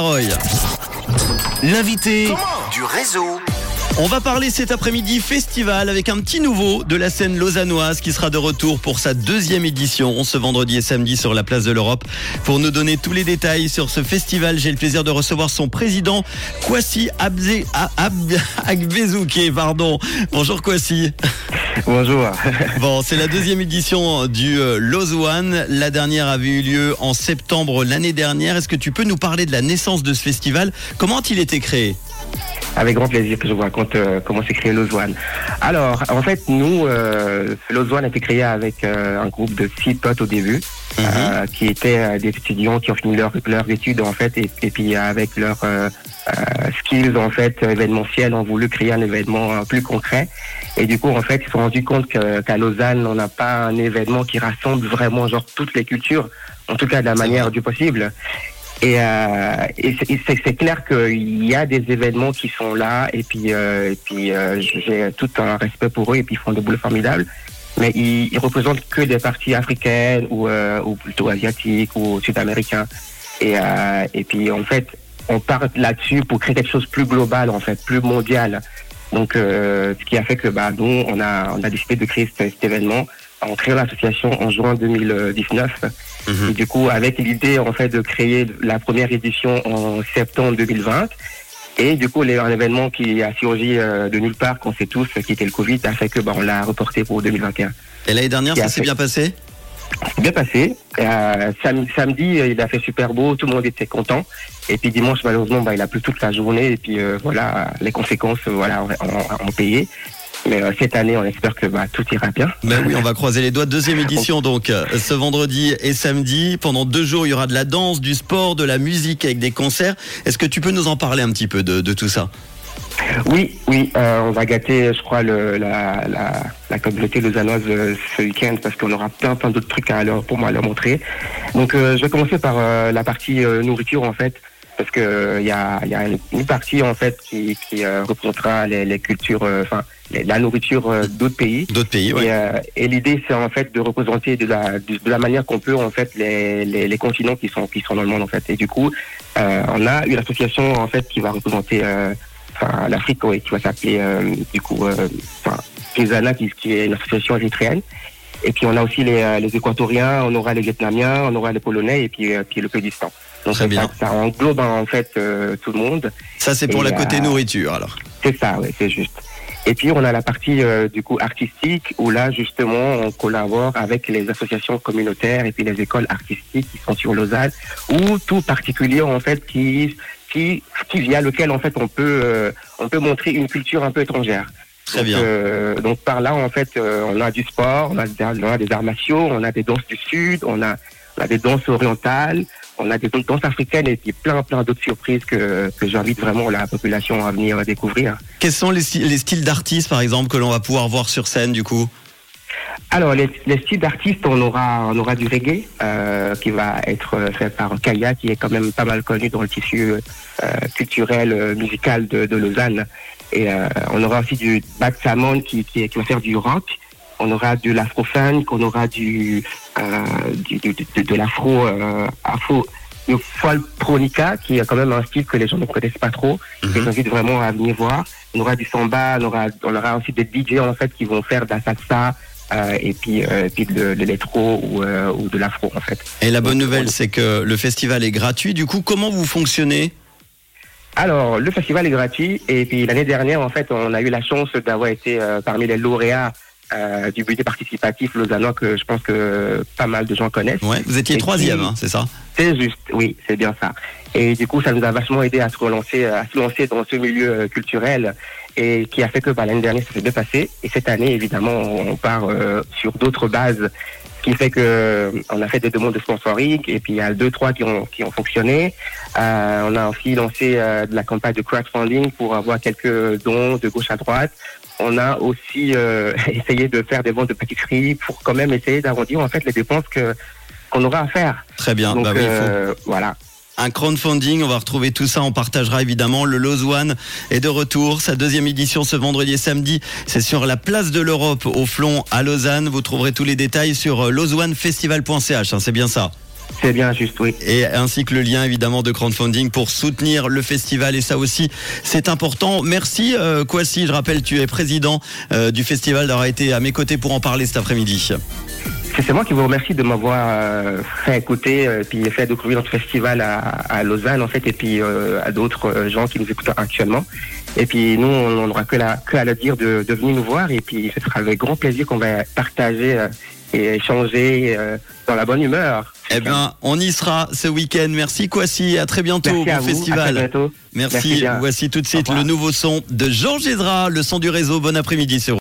Roy. L'invité du réseau. On va parler cet après-midi festival avec un petit nouveau de la scène lausannoise qui sera de retour pour sa deuxième édition ce vendredi et samedi sur la place de l'Europe. Pour nous donner tous les détails sur ce festival, j'ai le plaisir de recevoir son président, Kwasi Agbezouké. Bonjour Kwasi. Bonjour. Bon, c'est la deuxième édition du Lausanne. La dernière avait eu lieu en septembre l'année dernière. Est-ce que tu peux nous parler de la naissance de ce festival? Comment a-t-il été créé? Avec grand plaisir que je vous raconte comment s'est créé Lausanne. Alors, en fait, nous, Lausanne a été créé avec un groupe de 6 potes au début, qui étaient des étudiants qui ont fini leurs études, en fait, et puis avec leurs skills, en fait, événementiels, ont voulu créer un événement plus concret. Et du coup, en fait, ils se sont rendus compte qu'à Lausanne, on n'a pas un événement qui rassemble vraiment, genre, toutes les cultures, en tout cas de la manière du possible. Et c'est clair qu'il y a des événements qui sont là, et puis j'ai tout un respect pour eux, et puis ils font des boulots formidables. Mais ils représentent que des parties africaines ou plutôt asiatiques ou sud-américains. Et puis en fait, on part là-dessus pour créer quelque chose de plus global, en fait, plus mondial. Donc ce qui a fait que nous on a décidé de créer cet événement en créant l'association en juin 2019. Et du coup, avec l'idée en fait de créer la première édition en septembre 2020, et du coup, un événement qui a surgi de nulle part, qu'on sait tous, qui était le Covid, a fait que on l'a reporté pour 2021. Et l'année dernière, ça s'est bien passé? C'est bien passé. Samedi, il a fait super beau, tout le monde était content. Et puis dimanche, malheureusement, il a plu toute la journée. Et puis voilà, les conséquences, ont payé. Mais cette année, on espère que tout ira bien. Ben oui, on va croiser les doigts. Deuxième édition, donc, ce vendredi et samedi. Pendant 2 jours, il y aura de la danse, du sport, de la musique avec des concerts. Est-ce que tu peux nous en parler un petit peu de tout ça? Oui, on va gâter, je crois, la communauté lausannoise ce week-end, parce qu'on aura plein d'autres trucs pour moi à leur montrer. Donc, je vais commencer par la partie nourriture, en fait. Parce que il y a une partie en fait qui représentera les cultures, la nourriture d'autres pays. D'autres pays, oui. Et l'idée c'est en fait de représenter de la manière qu'on peut en fait les continents qui sont dans le monde en fait. Et du coup, on a une association en fait qui va représenter l'Afrique, qui va s'appeler Pizana, qui est une association érythréenne. Et puis on a aussi les Équatoriens, on aura les Vietnamiens, on aura les Polonais et puis le Kurdistan. Donc très bien. Ça englobe en fait tout le monde. Ça c'est pour la côté nourriture alors. C'est ça, oui, c'est juste. Et puis on a la partie artistique où là justement on collabore avec les associations communautaires et puis les écoles artistiques qui sont sur Lausanne, ou tout particulier en fait qui via lequel en fait on peut montrer une culture un peu étrangère. Très bien. Donc par là en fait on a du sport, on a des arts martiaux, on a des danses du sud, on a des danses orientales, on a des danses africaines et puis plein d'autres surprises que j'invite vraiment la population à venir découvrir. Quels sont les styles d'artistes par exemple que l'on va pouvoir voir sur scène du coup? Alors les styles d'artistes, on aura du reggae qui va être fait par Kaya, qui est quand même pas mal connu dans le tissu culturel musical de Lausanne. Et on aura aussi du Bad Salmon qui va faire du rock. On aura de l'afro-funk, on aura de l'afro de folktronica, qui est quand même un style que les gens ne connaissent pas trop. Et j'invite vraiment à venir voir. On aura du samba, on aura aussi des DJ en fait qui vont faire de la salsa et puis de l'électro ou de l'afro en fait. Et la bonne nouvelle, c'est que le festival est gratuit. Du coup, comment vous fonctionnez? Alors, le festival est gratuit, et puis l'année dernière, en fait, on a eu la chance d'avoir été parmi les lauréats du budget participatif lausannois, que je pense que pas mal de gens connaissent. Ouais, vous étiez 3e, c'est ça? C'est juste, oui, c'est bien ça. Et du coup, ça nous a vachement aidé à se lancer dans ce milieu culturel, et qui a fait que l'année dernière, ça s'est bien passé. Et cette année, évidemment, on part sur d'autres bases, ce qui fait que on a fait des demandes de sponsoring, et puis il y a 2-3 qui ont fonctionné. On a aussi lancé de la campagne de crowdfunding pour avoir quelques dons de gauche à droite. On a aussi essayé de faire des ventes de pâtisserie pour quand même essayer d'arrondir en fait les dépenses qu'on aura à faire. Très bien. Donc, oui, voilà. Un crowdfunding, on va retrouver tout ça, on partagera évidemment. Le Lausanne est de retour, sa 2e édition ce vendredi et samedi. C'est sur la place de l'Europe au Flon à Lausanne. Vous trouverez tous les détails sur lausannefestival.ch, c'est bien ça. C'est bien juste, oui. Et ainsi que le lien évidemment de crowdfunding pour soutenir le festival, et ça aussi c'est important. Merci Kwasi, je rappelle tu es président du festival, d'avoir été à mes côtés pour en parler cet après-midi. C'est moi qui vous remercie de m'avoir fait écouter, puis fait découvrir notre festival à Lausanne, en fait, et puis à d'autres gens qui nous écoutent actuellement. Et puis nous, on n'aura que à le dire de venir nous voir, et puis ce sera avec grand plaisir qu'on va partager et échanger dans la bonne humeur. Eh bien, on y sera ce week-end. Merci Kwasi, à très bientôt. Merci à bon vous, festival. à très bientôt. Merci. Voici tout de suite le nouveau son de Georges Ezra, le son du réseau. Bon après-midi sur